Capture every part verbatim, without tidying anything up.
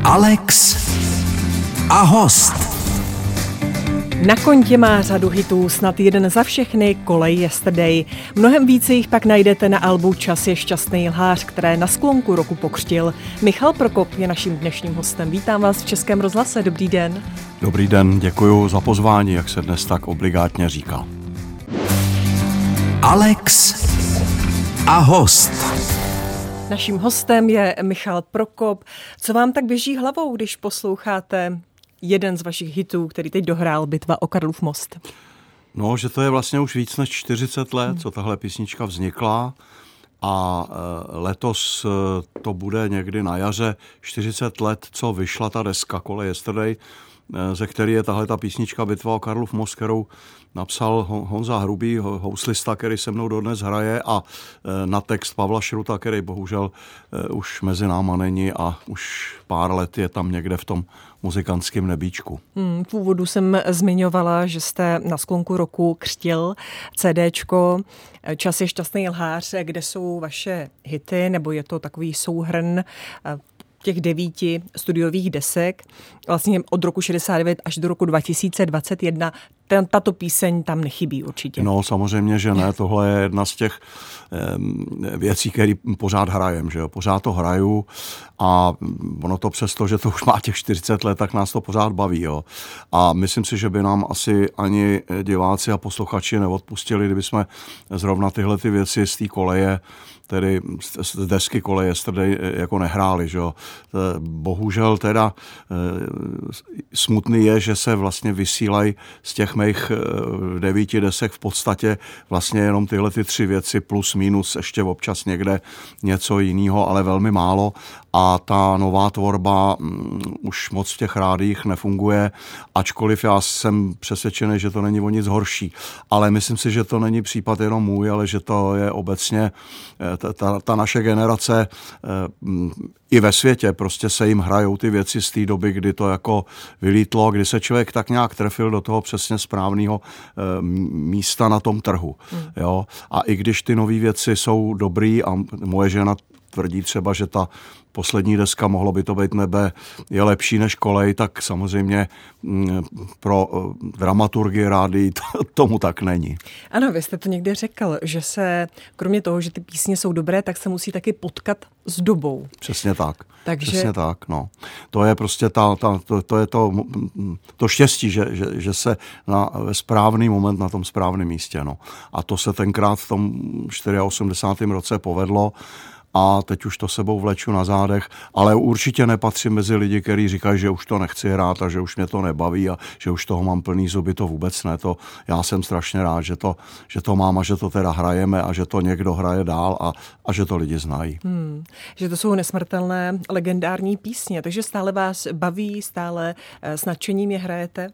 Alex a host. Na kontě má řadu hitů, snad jeden za všechny, Kolej Yesterday. Mnohem více jich pak najdete na albu Čas je šťastný lhář, které na sklonku roku pokřtil. Michal Prokop je naším dnešním hostem. Vítám vás v Českém rozhlase. Dobrý den. Dobrý den, děkuji za pozvání, jak se dnes tak obligátně říká. Alex a host. Naším hostem je Michal Prokop. Co vám tak běží hlavou, když posloucháte jeden z vašich hitů, který teď dohrál, Bitva o Karlův most? No, že to je vlastně už víc než čtyřicet let, hmm. co tahle písnička vznikla a letos to bude někdy na jaře čtyřicet let, co vyšla ta deska Kolej Yesterday, ze který je tahle ta písnička Bitva o Karlův most, kterou napsal Honza Hrubý, houslista, který se mnou dodnes hraje, a na text Pavla Šruta, který bohužel už mezi náma není a už pár let je tam někde v tom muzikantském nebíčku. Hmm, v úvodu jsem zmiňovala, že jste na sklonku roku křtil CDčko Čas je šťastný lhář, kde jsou vaše hity, nebo je to takový souhrn těch devíti studiových desek, vlastně od roku šedesát devět až do roku dva tisíce dvacet jedna. Ten, tato píseň tam nechybí určitě. No, samozřejmě, že ne. Tohle je jedna z těch eh, věcí, které pořád hrajem, že jo. Pořád to hraju a ono to přesto, že to už má těch čtyřicet let, tak nás to pořád baví, jo. A myslím si, že by nám asi ani diváci a posluchači neodpustili, kdyby jsme zrovna tyhle ty věci z té koleje, tedy z desky Kolej Yesterday, jako nehráli, že jo. Bohužel teda smutný je, že se vlastně vysílají z těch mých devíti desek v podstatě vlastně jenom tyhle ty tři věci plus minus ještě občas někde něco jiného, ale velmi málo, a ta nová tvorba um, už moc v těch rádiích nefunguje, ačkoliv já jsem přesvědčený, že to není o nic horší. Ale myslím si, že to není případ jenom můj, ale že to je obecně ta, ta, ta naše generace um, i ve světě, prostě se jim hrajou ty věci z té doby, kdy to jako vylítlo, kdy se člověk tak nějak trefil do toho přesně správného um, místa na tom trhu. Hmm. Jo? A i když ty nové věci jsou dobrý a moje žena tvrdí třeba, že ta poslední deska, Mohlo by to být nebe, je lepší než Kolej, tak samozřejmě pro dramaturgii rádií tomu tak není. Ano, vy jste to někde řekl, že se, kromě toho, že ty písně jsou dobré, tak se musí taky potkat s dobou. Přesně tak. Takže... Přesně tak, no. To je prostě ta, ta, to, to, je to, to štěstí, že, že, že se na ve správný moment na tom správném místě, no. A to se tenkrát v tom osmdesátém čtvrtém roce povedlo, a teď už to sebou vleču na zádech, ale určitě nepatřím mezi lidi, kteří říkají, že už to nechci hrát a že už mě to nebaví a že už toho mám plný zuby, to vůbec ne. To, já jsem strašně rád, že to, že to mám a že to teda hrajeme a že to někdo hraje dál a, a že to lidi znají. Hmm, že to jsou nesmrtelné, legendární písně, takže stále vás baví, stále s nadšením je hrajete?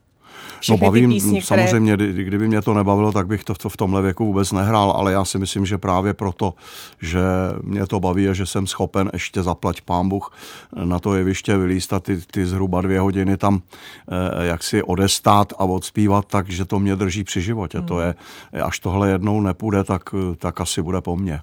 No bavím, písně, které... samozřejmě, kdyby mě to nebavilo, tak bych to v tomhle věku vůbec nehrál, ale já si myslím, že právě proto, že mě to baví a že jsem schopen ještě zaplať pánbůh na to jeviště vylíst a ty, ty zhruba dvě hodiny tam eh, jak si odestát a odspívat, takže to mě drží při životě. Hmm. To je, až tohle jednou nepůjde, tak, tak asi bude po mně.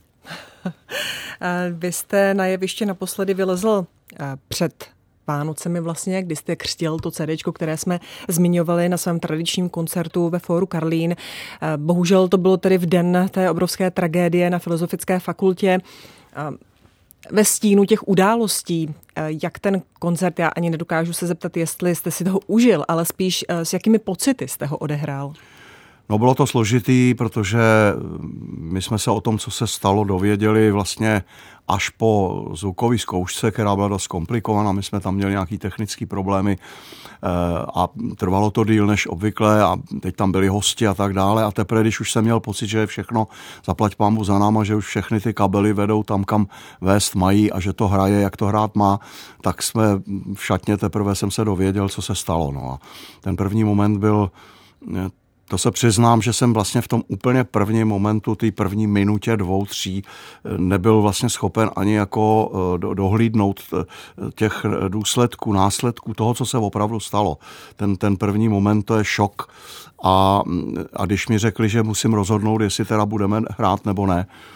Vy jste na jeviště naposledy vylezl před Vánocemi vlastně, kdy jste křtil to CDčko, které jsme zmiňovali na svém tradičním koncertu ve Fóru Karlín. Bohužel to bylo tedy v den té obrovské tragédie na Filozofické fakultě. Ve stínu těch událostí, jak ten koncert, já ani nedokážu se zeptat, jestli jste si toho užil, ale spíš s jakými pocity jste ho odehrál? No, bylo to složitý, protože my jsme se o tom, co se stalo, dověděli vlastně až po zvukové zkoušce, která byla dost komplikovaná. My jsme tam měli nějaký technické problémy a trvalo to díl než obvykle a teď tam byli hosti a tak dále. A teprve, když už jsem měl pocit, že je všechno zaplať pánbůh za náma, že už všechny ty kabely vedou tam, kam vést mají a že to hraje, jak to hrát má, tak jsme v šatně teprve jsem se dověděl, co se stalo. No a ten první moment byl... To se přiznám, že jsem vlastně v tom úplně prvním momentu, té první minutě, dvou, tří, nebyl vlastně schopen ani jako dohlídnout těch důsledků, následků toho, co se opravdu stalo. Ten, ten první moment, to je šok. A, a když mi řekli, že musím rozhodnout, jestli teda budeme hrát nebo ne,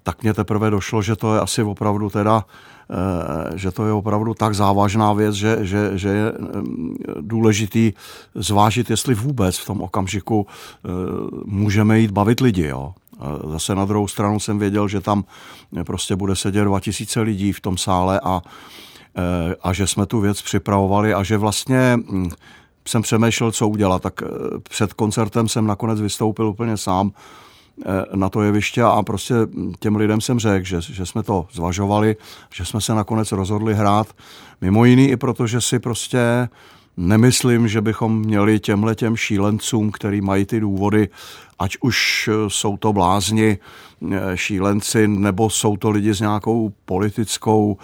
tak mě teprve došlo, že to je asi opravdu teda, že to je opravdu tak závažná věc, že, že, že je důležitý zvážit, jestli vůbec v tom okamžiku můžeme jít bavit lidi, jo. Zase na druhou stranu jsem věděl, že tam prostě bude sedět dva tisíce lidí v tom sále a, a že jsme tu věc připravovali a že vlastně jsem přemýšlel, co udělat. Tak před koncertem jsem nakonec vystoupil úplně sám na to jeviště a prostě těm lidem jsem řekl, že, že jsme to zvažovali, že jsme se nakonec rozhodli hrát. Mimo jiný i proto, že si prostě nemyslím, že bychom měli těmhletěm šílencům, který mají ty důvody, ať už jsou to blázni, šílenci, nebo jsou to lidi s nějakou politickou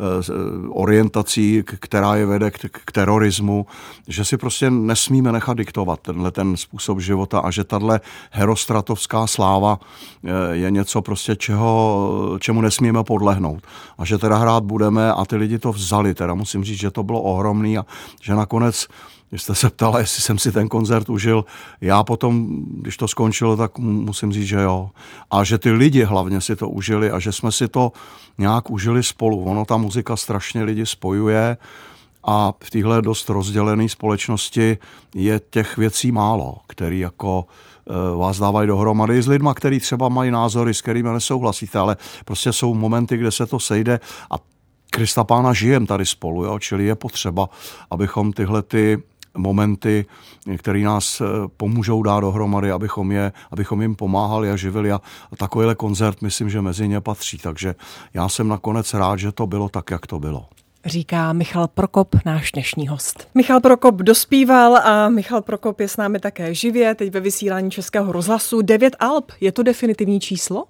orientací, která je vede k terorismu, že si prostě nesmíme nechat diktovat tenhle ten způsob života a že tahle herostratovská sláva je něco prostě, čeho, čemu nesmíme podlehnout. A že teda hrát budeme a ty lidi to vzali. Teda musím říct, že to bylo ohromný a že nakonec, když jste se ptala, jestli jsem si ten koncert užil, já potom, když to skončilo, tak musím říct, že jo. A že ty lidi hlavně si to užili a že jsme si to nějak užili spolu. Ono, ta muzika strašně lidi spojuje a v téhle dost rozdělené společnosti je těch věcí málo, které jako vás dávají dohromady s lidma, který třeba mají názory, s kterými nesouhlasíte, ale prostě jsou momenty, kde se to sejde a Krista Pána žijem tady spolu, jo? Čili je potřeba, abychom tyhle ty momenty, které nás pomůžou dát dohromady, abychom, je, abychom jim pomáhali a živili a takovýhle koncert myslím, že mezi ně patří, takže já jsem nakonec rád, že to bylo tak, jak to bylo. Říká Michal Prokop, náš dnešní host. Michal Prokop dospíval a Michal Prokop je s námi také živě, teď ve vysílání Českého rozhlasu. Devět alb, je to definitivní číslo?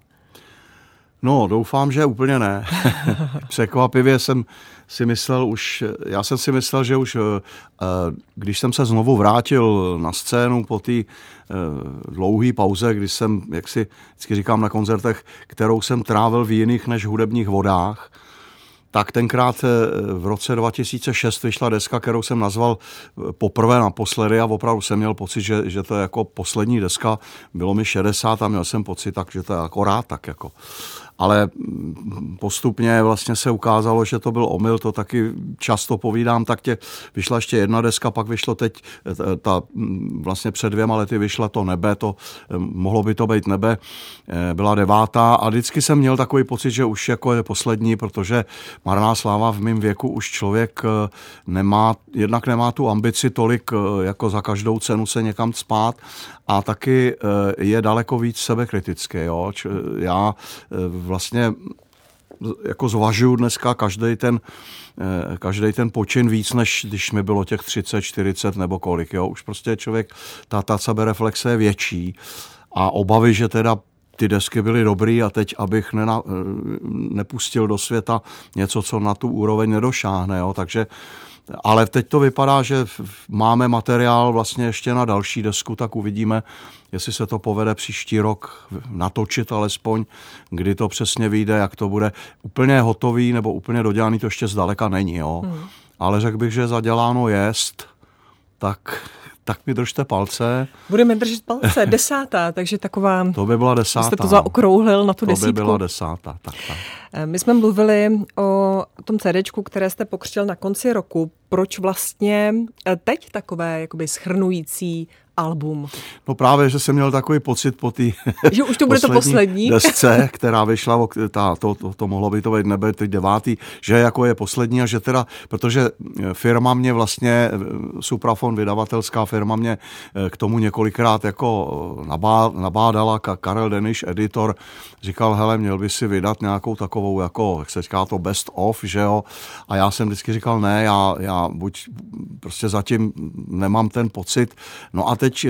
No, doufám, že úplně ne. Překvapivě jsem si myslel už, já jsem si myslel, že už, když jsem se znovu vrátil na scénu po té dlouhé pauze, když jsem, jak si vždycky říkám na koncertech, kterou jsem trávil v jiných než hudebních vodách, tak tenkrát v roce dva tisíce šest vyšla deska, kterou jsem nazval Poprvé naposledy a opravdu jsem měl pocit, že, že to je jako poslední deska. Bylo mi šedesát a měl jsem pocit, tak, že to je akorát tak jako. Ale postupně vlastně se ukázalo, že to byl omyl, to taky často povídám, tak tě vyšla ještě jedna deska, pak vyšlo teď, ta vlastně před dvěma lety vyšla to Nebe, to mohlo by to být Nebe, byla devátá a vždycky jsem měl takový pocit, že už jako je poslední, protože Marná sláva v mém věku už člověk nemá, jednak nemá tu ambici tolik jako za každou cenu se někam cpát a taky je daleko víc sebekritický, jo. Já vlastně jako zvažuju dneska každý ten, každý ten počin víc, než když mi bylo těch třicet, čtyřicet nebo kolik, jo. Už prostě člověk, ta, ta sebereflexe je větší a obavy, že teda ty desky byly dobrý a teď, abych nena, nepustil do světa něco, co na tu úroveň nedošáhne, jo. Takže ale teď to vypadá, že máme materiál vlastně ještě na další desku, tak uvidíme, jestli se to povede příští rok natočit alespoň, kdy to přesně vyjde, jak to bude. Úplně hotový nebo úplně dodělaný to ještě zdaleka není, jo. Hmm. Ale řekl bych, že zaděláno jest, tak... tak mi držte palce. Budeme držet palce, desátá, takže taková... To by byla desátá. Jste to zaokrouhlil na tu to desítku. To by byla desátá, tak, tak. My jsme mluvili o tom CDčku, které jste pokřtil na konci roku. Proč vlastně teď takové jakoby shrnující album? No právě, že jsem měl takový pocit po té že už to bude to poslední desce, která vyšla, ta, to, to, to mohlo by to být Nebe, teď devátý, že jako je poslední a že teda, protože firma mě vlastně, Suprafon, vydavatelská firma mě k tomu několikrát jako nabá, nabádala, Karel Deniš, editor, říkal, hele, měl by si vydat nějakou takovou, jako, jak se říká to best of, že jo, a já jsem vždycky říkal, ne, já, já buď prostě zatím nemám ten pocit, no a teď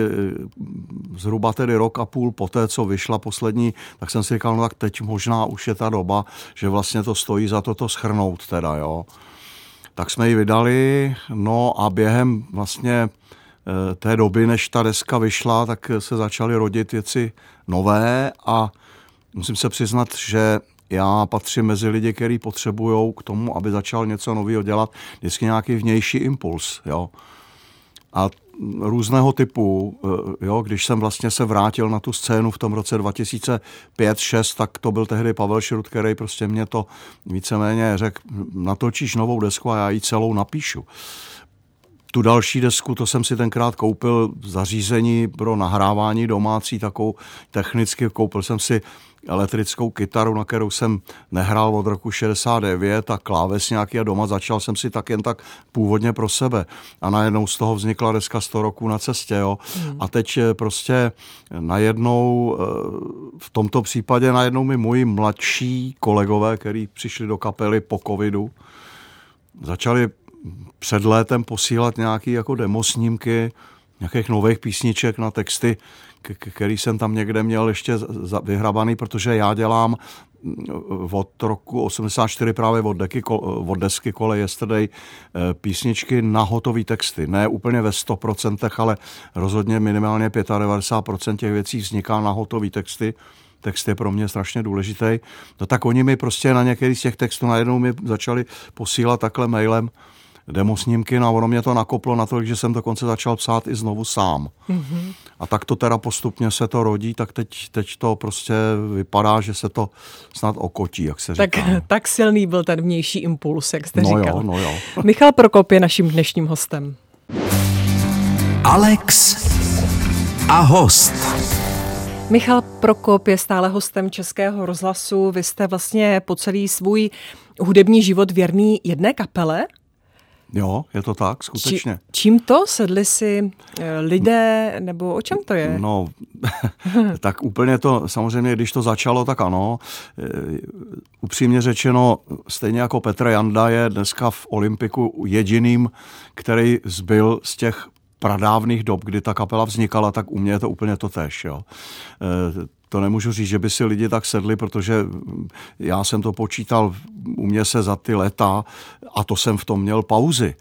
zhruba tedy rok a půl poté, co vyšla poslední, tak jsem si říkal, no tak teď možná už je ta doba, že vlastně to stojí za to to shrnout teda, jo. Tak jsme ji vydali, no a během vlastně té doby, než ta deska vyšla, tak se začaly rodit věci nové a musím se přiznat, že já patřím mezi lidi, kteří potřebujou k tomu, aby začal něco nového dělat, vždycky nějaký vnější impuls, jo. A různého typu. Jo, když jsem vlastně se vrátil na tu scénu v tom roce dva tisíce pět šest, tak to byl tehdy Pavel Šrut, který prostě mě to víceméně řekl, natočíš novou desku a já ji celou napíšu. Tu další desku, to jsem si tenkrát koupil zařízení pro nahrávání domácí, takovou technicky, koupil jsem si elektrickou kytaru, na kterou jsem nehrál od roku šedesát devět a kláves nějaký a doma začal jsem si tak jen tak původně pro sebe. A najednou z toho vznikla deska sto roků na cestě. Jo. Hmm. A teď prostě najednou, v tomto případě najednou mi moji mladší kolegové, kteří přišli do kapely po covidu, začali před létem posílat nějaké jako demosnímky nějakých nových písniček na texty, který jsem tam někde měl ještě vyhrabaný, protože já dělám od roku osmdesát čtyři právě od, deky, od desky Call Yesterday písničky na hotový texty. Ne úplně ve sto procent, ale rozhodně minimálně devadesát pět procent těch věcí vzniká na hotový texty. Text je pro mě strašně důležitý. No tak oni mi prostě na některý z těch textů najednou mi začali posílat takhle mailem demosnímky, no a ono mě to nakoplo na to, že jsem dokonce začal psát i znovu sám. Mm-hmm. A tak to teda postupně se to rodí, tak teď, teď to prostě vypadá, že se to snad okotí, jak se tak, říká. Tak silný byl ten vnější impuls, jak jste no říkal. Jo, no jo. Michal Prokop je naším dnešním hostem. Alex a host. Michal Prokop je stále hostem Českého rozhlasu. Vy jste vlastně po celý svůj hudební život věrný jedné kapele? Jo, je to tak, skutečně. Či, čím to? Sedli si lidé, nebo o čem to je? No, tak úplně to, samozřejmě, když to začalo, tak ano. Upřímně řečeno, stejně jako Petr Janda je dneska v Olympiku jediným, který zbyl z těch pradávných dob, kdy ta kapela vznikala, tak u mě je to úplně totéž. Jo. To nemůžu říct, že by si lidi tak sedli, protože já jsem to počítal u mě se za ty léta a to jsem v tom měl pauzy.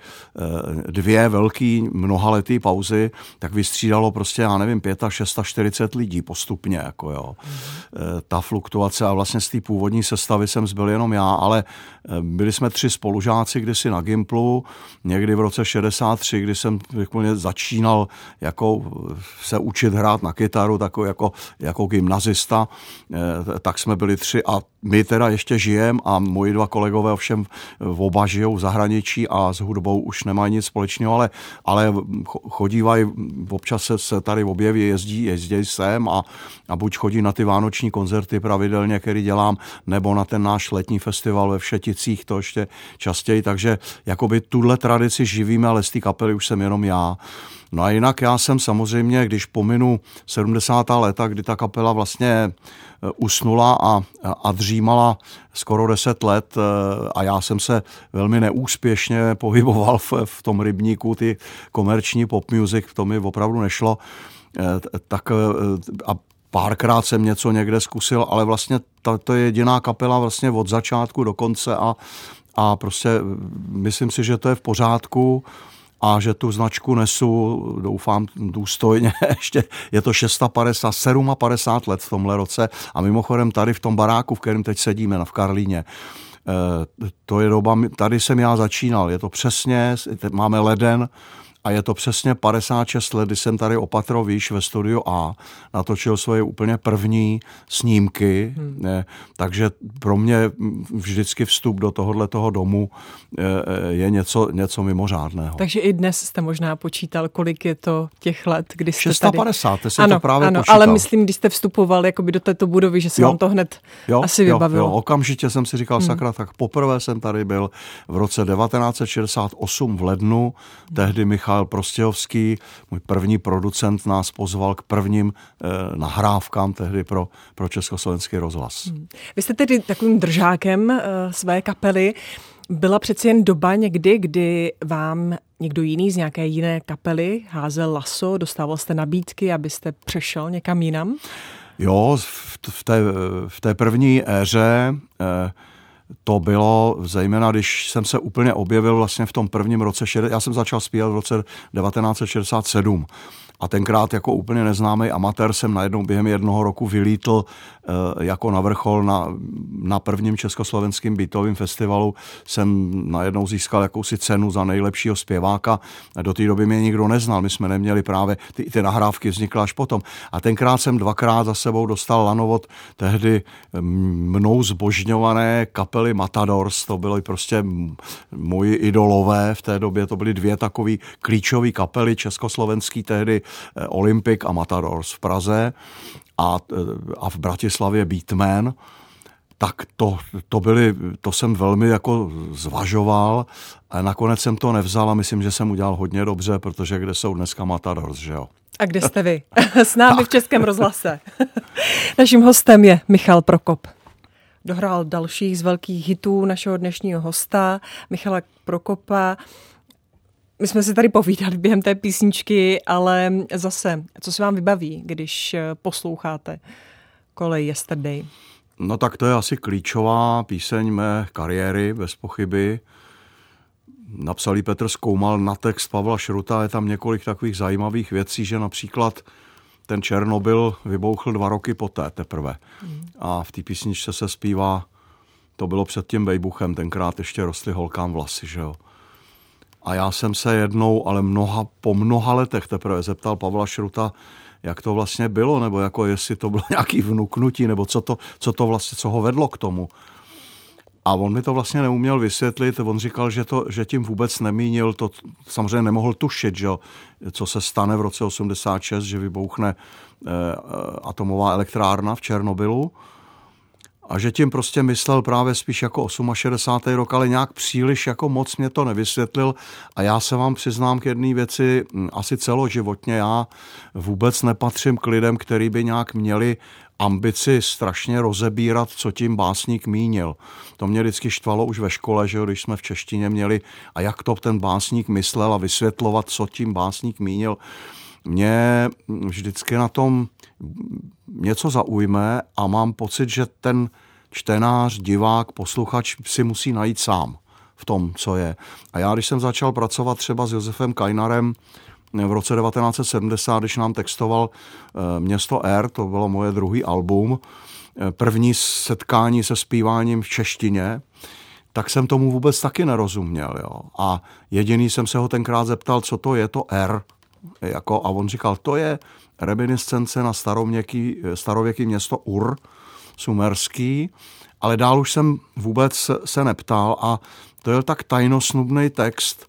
Dvě velký mnohaletý pauzy, tak vystřídalo prostě, já nevím, pět a šest a čtyřicet lidí postupně. Jako jo. Ta fluktuace a vlastně z té původní sestavy jsem zbyl jenom já, ale byli jsme tři spolužáci kdysi na Gimplu, někdy v roce šedesát tři, kdy jsem začínal jako se učit hrát na kytaru, tako jako, jako gymnazista, tak jsme byli tři a my teda ještě žijeme a moji dva kolegové ovšem oba žijou v zahraničí a s hudbou už nemají nic společného, ale, ale chodívají, občas se, se tady objeví, jezdí, jezdí sem a, a buď chodí na ty vánoční koncerty pravidelně, který dělám, nebo na ten náš letní festival ve Všeticích, to ještě častěji, takže jakoby tuhle tradici živíme, ale z té kapely už jsem jenom já. No a jinak já jsem samozřejmě, když pominu sedmdesátá léta, kdy ta kapela vlastně usnula a, a dřímala skoro deset let a já jsem se velmi neúspěšně pohyboval v, v tom rybníku, ty komerční pop music, to mi opravdu nešlo, tak a párkrát jsem něco někde zkusil, ale vlastně to, to je jediná kapela vlastně od začátku do konce a, a prostě myslím si, že to je v pořádku a že tu značku nesu, doufám, důstojně. Ještě je to padesát šest, padesát sedm let v tomhle roce a mimochodem tady v tom baráku, v kterém teď sedíme, v Karlíně, to je doba, tady jsem já začínal, je to přesně, máme leden, a je to přesně padesát šest let, kdy jsem tady opatro, víš, ve studiu A natočil svoje úplně první snímky, hmm. ne, takže pro mě vždycky vstup do tohohletoho domu je něco, něco mimořádného. Takže i dnes jste možná počítal, kolik je to těch let, kdy jste padesát šest, tady... ty jsi ano, to právě ano, počítal. Ale myslím, když jste vstupoval jakoby do této budovy, že se jo. vám to hned jo, asi jo, vybavilo. Jo, okamžitě jsem si říkal, hmm. sakra, tak poprvé jsem tady byl v roce devatenáct set šedesát osm v lednu, tehdy Michal Prostějovský, můj první producent, nás pozval k prvním eh, nahrávkám tehdy pro, pro Československý rozhlas. Hmm. Vy jste tedy takovým držákem eh, své kapely. Byla přeci jen doba někdy, kdy vám někdo jiný z nějaké jiné kapely házel laso, dostával jste nabídky, abyste přešel někam jinam? Jo, v, v, té, v té první éře eh, to bylo zejména, když jsem se úplně objevil vlastně v tom prvním roce, já jsem začal zpívat v roce devatenáct set šedesát sedm. A tenkrát jako úplně neznámý amatér jsem najednou během jednoho roku vylítl e, jako na vrchol na, na prvním československém beatovém festivalu. Jsem najednou získal jakousi cenu za nejlepšího zpěváka. Do té doby mě nikdo neznal, my jsme neměli právě, ty, ty nahrávky vznikly až potom. A tenkrát jsem dvakrát za sebou dostal lano od tehdy mnou zbožňované kapely Matadors. To byly prostě moji idolové v té době, to byly dvě takové klíčové kapely československý tehdy, Olympic a Matadors v Praze a, a v Bratislavě Beatman, tak to, to, byly, to jsem velmi jako zvažoval a nakonec jsem to nevzal a myslím, že jsem udělal hodně dobře, protože kde jsou dneska Matadors, že jo? A kde jste vy? S námi v Českém rozhlase. Naším hostem je Michal Prokop. Dohrál další z velkých hitů našeho dnešního hosta, Michala Prokopa. My jsme si tady povídali během té písničky, ale zase, co se vám vybaví, když posloucháte Kolej Yesterday? No tak to je asi klíčová píseň mé kariéry, bez pochyby. Napsal ji Petr Zkoumal na text Pavla Šruta, je tam několik takových zajímavých věcí, že například ten Černobyl vybouchl dva roky poté teprve. Hmm. A v té písničce se zpívá, to bylo před tím vejbuchem, tenkrát ještě rostly holkám vlasy, že jo. A já jsem se jednou, ale mnoha, po mnoha letech teprve zeptal Pavla Šruta, jak to vlastně bylo, nebo jako jestli to bylo nějaký vnuknutí, nebo co to, co to vlastně, co ho vedlo k tomu. A on mi to vlastně neuměl vysvětlit, on říkal, že, to, že tím vůbec nemínil, to samozřejmě nemohl tušit, že, co se stane v roce osmdesát šest, že vybouchne eh, atomová elektrárna v Černobylu. A že tím prostě myslel právě spíš jako šedesátý osmý rok, ale nějak příliš jako moc mě to nevysvětlil. A já se vám přiznám k jedné věci, asi celoživotně já vůbec nepatřím k lidem, který by nějak měli ambici strašně rozebírat, co tím básník mínil. To mě vždycky štvalo už ve škole, že jo, když jsme v češtině měli a jak to ten básník myslel a vysvětlovat, co tím básník mínil. Mě vždycky na tom něco zaujme a mám pocit, že ten čtenář, divák, posluchač si musí najít sám v tom, co je. A já, když jsem začal pracovat třeba s Josefem Kajnarem v roce devatenáct set sedmdesát, když nám textoval Město R, to bylo moje druhý album, první setkání se zpíváním v češtině, tak jsem tomu vůbec taky nerozuměl. Jo. A jediný jsem se ho tenkrát zeptal, co to je to R, jako, a on říkal, to je reminiscence na starověký, starověký město Ur, sumerský, ale dál už jsem vůbec se neptal a to je tak tajnosnubný text.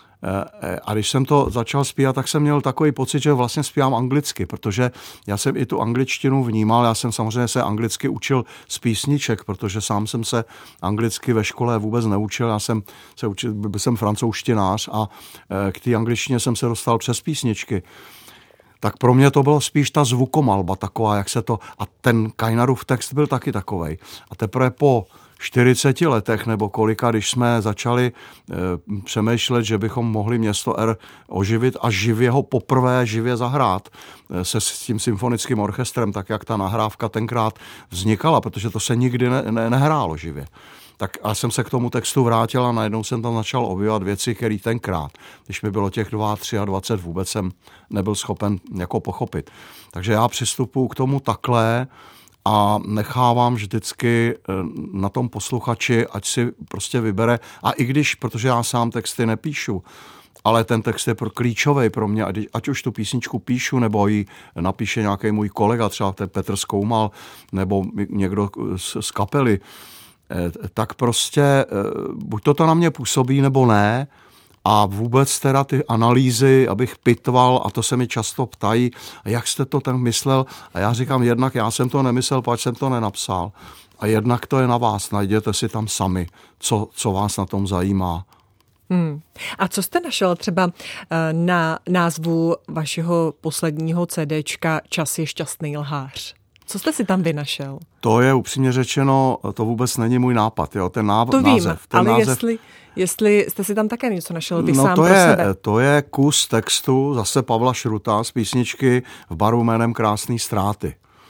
A když jsem to začal zpívat, tak jsem měl takový pocit, že vlastně zpívám anglicky, protože já jsem i tu angličtinu vnímal, já jsem samozřejmě se anglicky učil z písniček, protože sám jsem se anglicky ve škole vůbec neučil, já jsem se učil, byl jsem francouzštinář a k té angličtině jsem se dostal přes písničky. Tak pro mě to bylo spíš ta zvukomalba taková, jak se to, a ten Kajnarův text byl taky takovej. A teprve po čtyřiceti letech nebo kolika, když jsme začali e, přemýšlet, že bychom mohli Město R oživit a živě ho poprvé živě zahrát e, se s tím symfonickým orchestrem, tak jak ta nahrávka tenkrát vznikala, protože to se nikdy ne, ne, nehrálo živě. Tak a jsem se k tomu textu vrátil a najednou jsem tam začal objevat věci, které tenkrát, když mi bylo těch dvacet dva, vůbec jsem nebyl schopen jako pochopit. Takže já přistupuji k tomu takhle a nechávám vždycky na tom posluchači, ať si prostě vybere. A i když, protože já sám texty nepíšu, ale ten text je pro klíčový pro mě, ať už tu písničku píšu, nebo ji napíše nějaký můj kolega, třeba ten Petr Zkoumal, nebo někdo z, z kapely, tak prostě buď to, to na mě působí, nebo ne. A vůbec teda ty analýzy, abych pitval, a to se mi často ptají, jak jste to ten myslel? A já říkám, jednak já jsem to nemyslel, pač jsem to nenapsal. A jednak to je na vás, najděte si tam sami, co, co vás na tom zajímá. Hmm. A co jste našel třeba na názvu vašeho posledního CDčka Čas je šťastný lhář? Co jste si tam vynašel? To je upřímně řečeno, to vůbec není můj nápad, jo, ten náv- to vím, název. Ten ale název... jestli, jestli jste si tam také něco našel vy no sám to pro je, sebe. to je kus textu zase Pavla Šruta z písničky V baru jménem Krásný ztráty.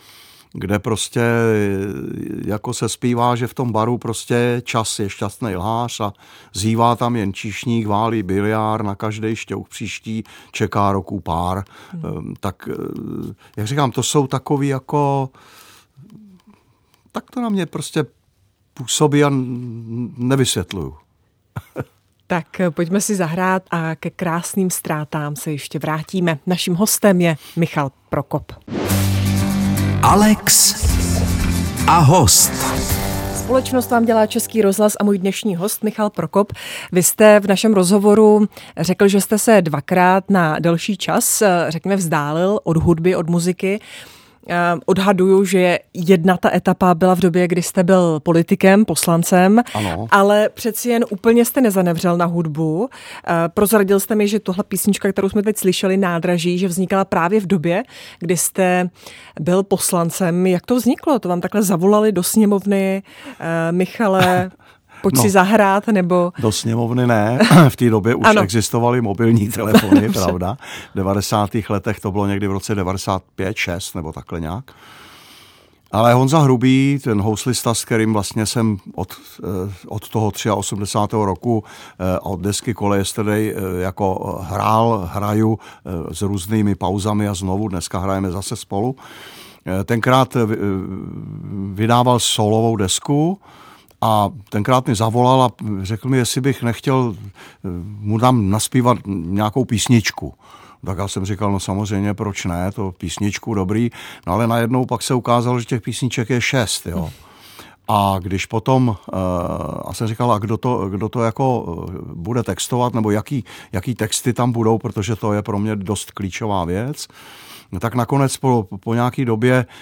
kde prostě jako se zpívá, že v tom baru prostě čas je šťastný lhář a zývá tam jen číšník, válí biliár, na každý šťouch příští čeká roku pár. Hmm. Tak, jak říkám, to jsou takový jako... Tak to na mě prostě působí a nevysvětluju. Tak pojďme si zahrát a ke krásným ztrátám se ještě vrátíme. Naším hostem je Michal Prokop. Alex a host. Společnost vám dělá Český rozhlas a můj dnešní host Michal Prokop. Vy jste v našem rozhovoru řekl, že jste se dvakrát na delší čas, řekněme, vzdálil od hudby, od muziky. Odhaduju, že jedna ta etapa byla v době, kdy jste byl politikem, poslancem, ano. Ale přeci jen úplně jste nezanevřel na hudbu. Prozradil jste mi, že tohle písnička, kterou jsme teď slyšeli, Nádraží, že vznikala právě v době, kdy jste byl poslancem. Jak to vzniklo? To vám takhle zavolali do sněmovny, Michale... Pojď no, si zahrát, nebo... Do sněmovny ne, v té době už ano. Existovaly mobilní telefony, pravda. V devadesátých letech to bylo někdy v roce devadesát pět šest nebo takhle nějak. Ale Honza Hrubý, ten houslista, s kterým vlastně jsem od, od toho osmdesátého třetího roku od desky Call Yesterday jako hrál, hraju s různými pauzami a znovu dneska hrajeme zase spolu. Tenkrát vydával solovou desku, a tenkrát mi zavolal a řekl mi, jestli bych nechtěl mu tam naspívat nějakou písničku. Tak já jsem říkal, no samozřejmě, proč ne, to písničku dobrý. No ale najednou pak se ukázalo, že těch písniček je šest, jo. A když potom, a jsem říkal, a kdo to, kdo to jako bude textovat, nebo jaký, jaký texty tam budou, protože to je pro mě dost klíčová věc. No tak nakonec po, po nějaké době e,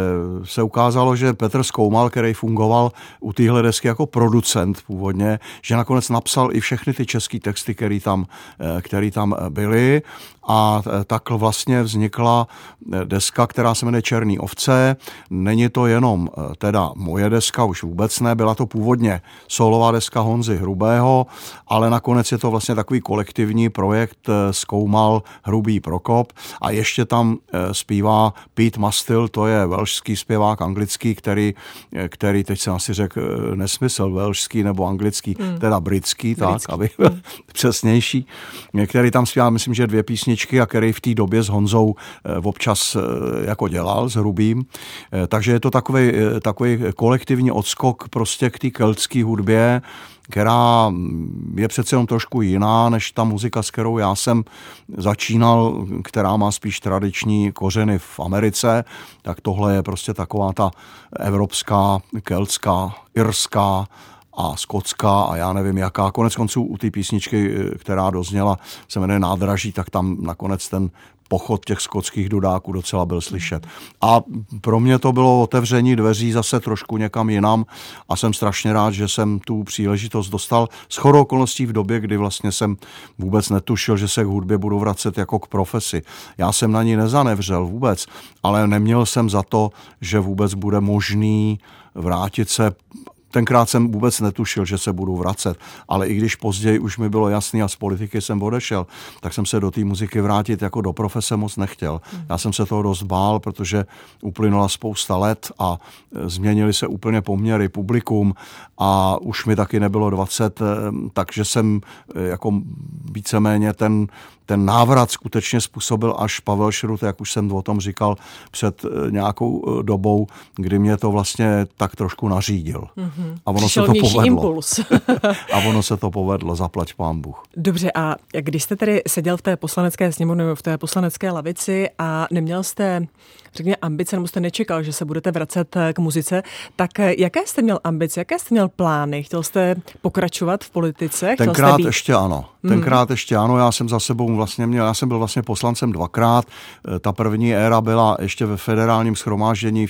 se ukázalo, že Petr Zkoumal, který fungoval u téhle desky jako producent původně, že nakonec napsal i všechny ty český texty, který tam, e, který tam byly. A tak vlastně vznikla deska, která se jmenuje Černý ovce. Není to jenom teda moje deska, už vůbec ne, byla to původně solová deska Honzy Hrubého, ale nakonec je to vlastně takový kolektivní projekt Zkoumal, Hrubý, Prokop a ještě tam zpívá Pete Mastil, to je velšský zpěvák anglický, který, který teď jsem asi řekl nesmysl, velšský nebo anglický, hmm. teda britský, britský, tak, aby byl hmm. přesnější, který tam zpívá, myslím, že dvě písničky, a který v té době s Honzou občas jako dělal, s Hrubým. Takže je to takový, takový kolektivní odskok prostě k té keltské hudbě, která je přece jenom trošku jiná než ta muzika, s kterou já jsem začínal, která má spíš tradiční kořeny v Americe, tak tohle je prostě taková ta evropská, keltská, irská a skotská a já nevím jaká. Konec konců u té písničky, která dozněla, se jmenuje Nádraží, tak tam nakonec ten pochod těch skotských dudáků docela byl slyšet. A pro mě to bylo otevření dveří zase trošku někam jinam a jsem strašně rád, že jsem tu příležitost dostal shodou okolností v době, kdy vlastně jsem vůbec netušil, že se k hudbě budu vracet jako k profesi. Já jsem na ní nezanevřel vůbec, ale neměl jsem za to, že vůbec bude možný vrátit se. Tenkrát jsem vůbec netušil, že se budu vracet, ale i když později už mi bylo jasný a z politiky jsem odešel, tak jsem se do té muziky vrátit jako do profese moc nechtěl. Já jsem se toho dost bál, protože uplynula spousta let a změnily se úplně poměry, publikum a už mi taky nebylo dvacet, takže jsem jako víceméně ten Ten návrat skutečně způsobil až Pavel Šrut, jak už jsem o tom říkal před nějakou dobou, kdy mě to vlastně tak trošku nařídil. Mm-hmm. A ono se to povedlo. Impuls. A ono se to povedlo, zaplať pán Bůh. Dobře, a když jste tedy seděl v té poslanecké sněmovně, v té poslanecké lavici a neměl jste, řekněme, ambice, nebo jste nečekal, že se budete vracet k muzice, tak jaké jste měl ambice, jaké jste měl plány? Chtěl jste pokračovat v politice? Chtěl Tenkrát být... ještě ano. Tenkrát mm. ještě ano, já jsem za sebou vlastně měl, já jsem byl vlastně poslancem dvakrát, ta první éra byla ještě ve federálním shromáždění,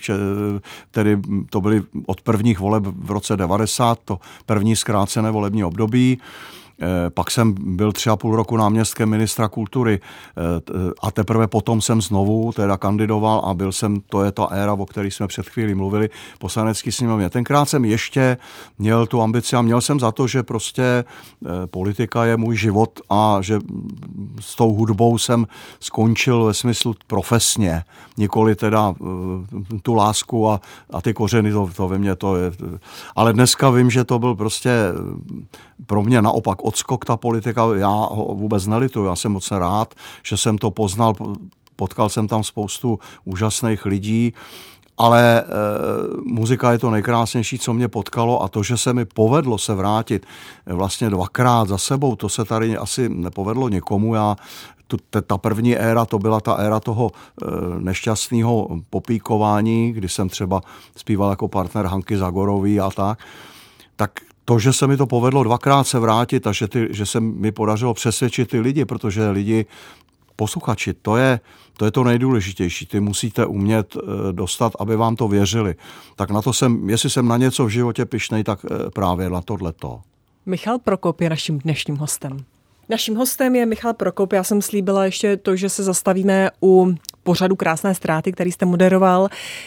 tedy to byly od prvních voleb v roce devadesát, to první zkrácené volební období. Pak jsem byl tři a půl roku náměstkem ministra kultury a teprve potom jsem znovu teda kandidoval a byl jsem, to je ta éra, o které jsme před chvílí mluvili, poslanecký sněmovně. Tenkrát jsem ještě měl tu ambici a měl jsem za to, že prostě politika je můj život a že s tou hudbou jsem skončil ve smyslu profesně, nikoli teda tu lásku a, a ty kořeny, to, to ve mně to je. Ale dneska vím, že to byl prostě pro mě naopak odskok ta politika, já ho vůbec nelituju, já jsem moc rád, že jsem to poznal, potkal jsem tam spoustu úžasných lidí, ale e, muzika je to nejkrásnější, co mě potkalo a to, že se mi povedlo se vrátit vlastně dvakrát za sebou, to se tady asi nepovedlo nikomu, já tu, ta první éra, to byla ta éra toho e, nešťastného popíkování, kdy jsem třeba zpíval jako partner Hanky Zagorový a tak, tak to, že se mi to povedlo dvakrát se vrátit a že, ty, že se mi podařilo přesvědčit ty lidi, protože lidi, posluchači, to je, to je to nejdůležitější. Ty musíte umět dostat, aby vám to věřili. Tak na to jsem, jestli jsem na něco v životě pyšnej, tak právě na tohleto. Michal Prokop je naším dnešním hostem. Naším hostem je Michal Prokop. Já jsem slíbila ještě to, že se zastavíme u pořadu Krásné ztráty, který jste moderoval.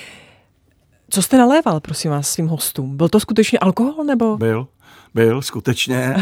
Co jste naléval, prosím vás, svým hostům? Byl to skutečně alkohol, nebo? Byl, byl, skutečně.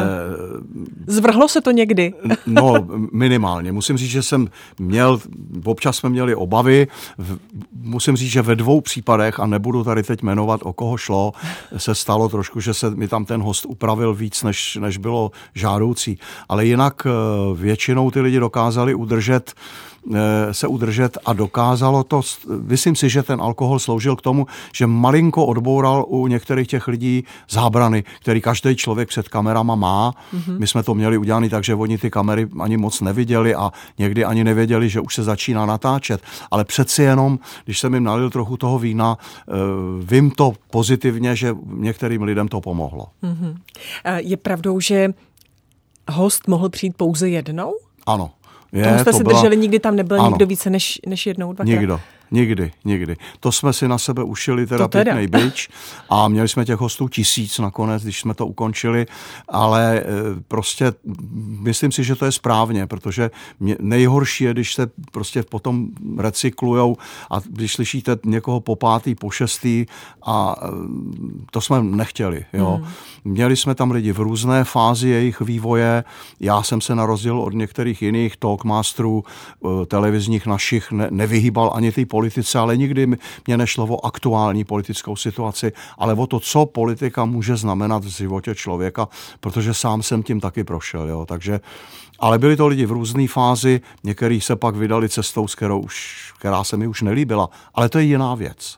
Zvrhlo se to někdy? No, minimálně. Musím říct, že jsem měl, občas jsme měli obavy, musím říct, že ve dvou případech, a nebudu tady teď jmenovat, o koho šlo, se stalo trošku, že se mi tam ten host upravil víc, než, než bylo žádoucí. Ale jinak většinou ty lidi dokázali udržet se udržet a dokázalo to, myslím si, že ten alkohol sloužil k tomu, že malinko odboural u některých těch lidí zábrany, který každý člověk před kamerama má. Mm-hmm. My jsme to měli udělané tak, že oni ty kamery ani moc neviděli a někdy ani nevěděli, že už se začíná natáčet. Ale přeci jenom, když jsem jim nalil trochu toho vína, vím to pozitivně, že některým lidem to pomohlo. Mm-hmm. Je pravdou, že host mohl přijít pouze jednou? Ano. Je, Tomu jste to si byla... drželi, nikdy tam nebyl ano. nikdo více než, než jednou, dvakrát? Nikdo, nikdy, nikdy. To jsme si na sebe ušili teda, teda. pěknej bič a měli jsme těch hostů tisíc nakonec, když jsme to ukončili, ale prostě myslím si, že to je správně, protože nejhorší je, když se prostě potom recyklujou a když slyšíte někoho po pátý, po šestý a to jsme nechtěli. Jo. Hmm. Měli jsme tam lidi v různé fázi jejich vývoje, já jsem se na rozdíl od některých jiných talkmasterů televizních našich ne, nevyhýbal ani té politice, ale nikdy mě nešlo o aktuální politickou situaci, ale o to, co politika může znamenat v životě člověka, protože sám jsem tím taky prošel. Jo. Takže, ale byli to lidi v různé fázi, někteří se pak vydali cestou, s kterou už, která se mi už nelíbila, ale to je jiná věc.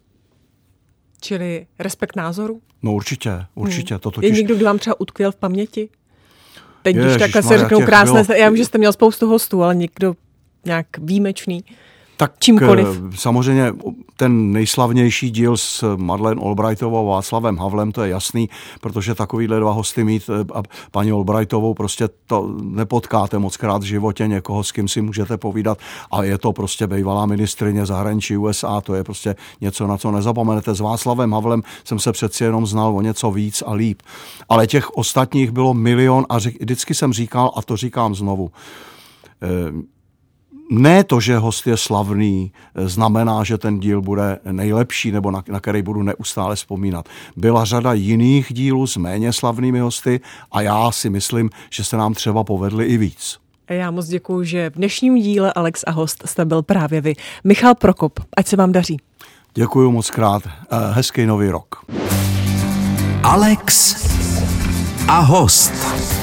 Čili respekt názoru? No určitě, určitě. Hmm. To totiž... Je někdo, kdo vám třeba utkvěl v paměti? Teď, Ježiš, když takhle se řeknou krásné, bylo... já vím, že jste měl spoustu hostů, ale někdo nějak výjimečný, tak čímkoliv. Samozřejmě ten nejslavnější díl s Madeleine Albrightovou a Václavem Havlem, to je jasný, protože takovýhle dva hosty mít a paní Albrightovou prostě to nepotkáte moc krát v životě někoho, s kým si můžete povídat a je to prostě bývalá ministryně zahraničí U S A, to je prostě něco, na co nezapomenete. S Václavem Havlem jsem se přeci jenom znal o něco víc a líp. Ale těch ostatních bylo milion a řek, vždycky jsem říkal, a to říkám znovu, ne to, že host je slavný, znamená, že ten díl bude nejlepší nebo na, na který budu neustále vzpomínat. Byla řada jiných dílů s méně slavnými hosty a já si myslím, že se nám třeba povedly i víc. Já moc děkuju, že v dnešním díle Alex a host jste byl právě vy. Michal Prokop, ať se vám daří. Děkuju moc krát. Hezký nový rok. Alex a host.